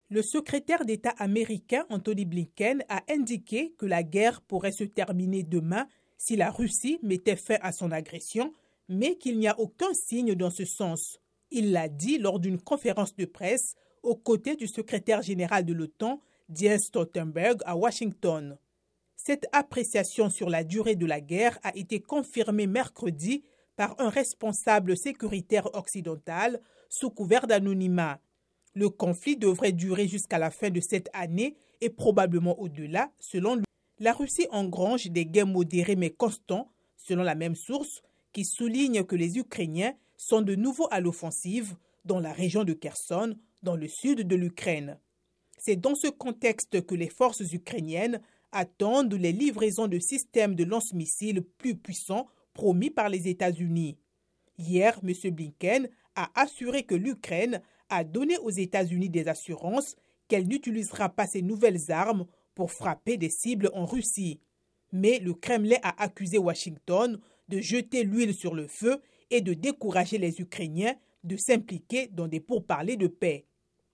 Le secrétaire d'État américain Anthony Blinken a indiqué que la guerre pourrait se terminer demain si la Russie mettait fin à son agression, mais qu'il n'y a aucun signe dans ce sens. Il l'a dit lors d'une conférence de presse aux côtés du secrétaire général de l'OTAN, Jens Stoltenberg, à Washington. Cette appréciation sur la durée de la guerre a été confirmée mercredi par un responsable sécuritaire occidental sous couvert d'anonymat. Le conflit devrait durer jusqu'à la fin de cette année et probablement au-delà, selon lui. La Russie engrange des gains modérés mais constants, selon la même source, qui souligne que les Ukrainiens sont de nouveau à l'offensive dans la région de Kherson, dans le sud de l'Ukraine. C'est dans ce contexte que les forces ukrainiennes attendent les livraisons de systèmes de lance-missiles plus puissants promis par les États-Unis. Hier, M. Blinken a assuré que l'Ukraine a donné aux États-Unis des assurances qu'elle n'utilisera pas ces nouvelles armes pour frapper des cibles en Russie. Mais le Kremlin a accusé Washington de jeter l'huile sur le feu et de décourager les Ukrainiens de s'impliquer dans des pourparlers de paix.